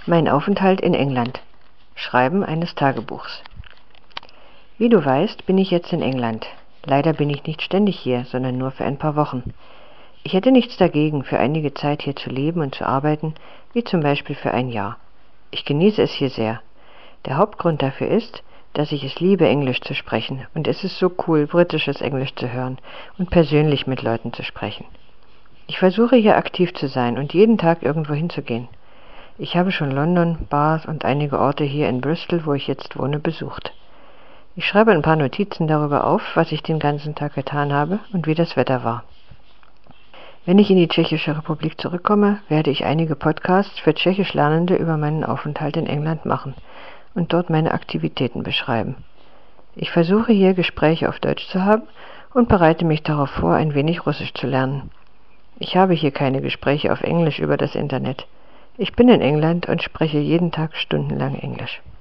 Mein Aufenthalt in England. Schreiben eines Tagebuchs. Wie du weißt, bin ich jetzt in England. Leider bin ich nicht ständig hier, sondern nur für ein paar Wochen. Ich hätte nichts dagegen, für einige Zeit hier zu leben und zu arbeiten, wie zum Beispiel für ein Jahr. Ich genieße es hier sehr. Der Hauptgrund dafür ist, dass ich es liebe, Englisch zu sprechen, und es ist so cool, britisches Englisch zu hören und persönlich mit Leuten zu sprechen. Ich versuche hier aktiv zu sein und jeden Tag irgendwo hinzugehen. Ich habe schon London, Bath und einige Orte hier in Bristol, wo ich jetzt wohne, besucht. Ich schreibe ein paar Notizen darüber auf, was ich den ganzen Tag getan habe und wie das Wetter war. Wenn ich in die Tschechische Republik zurückkomme, werde ich einige Podcasts für Tschechisch Lernende über meinen Aufenthalt in England machen und dort meine Aktivitäten beschreiben. Ich versuche hier Gespräche auf Deutsch zu haben und bereite mich darauf vor, ein wenig Russisch zu lernen. Ich habe hier keine Gespräche auf Englisch über das Internet. Ich bin in England und spreche jeden Tag stundenlang Englisch.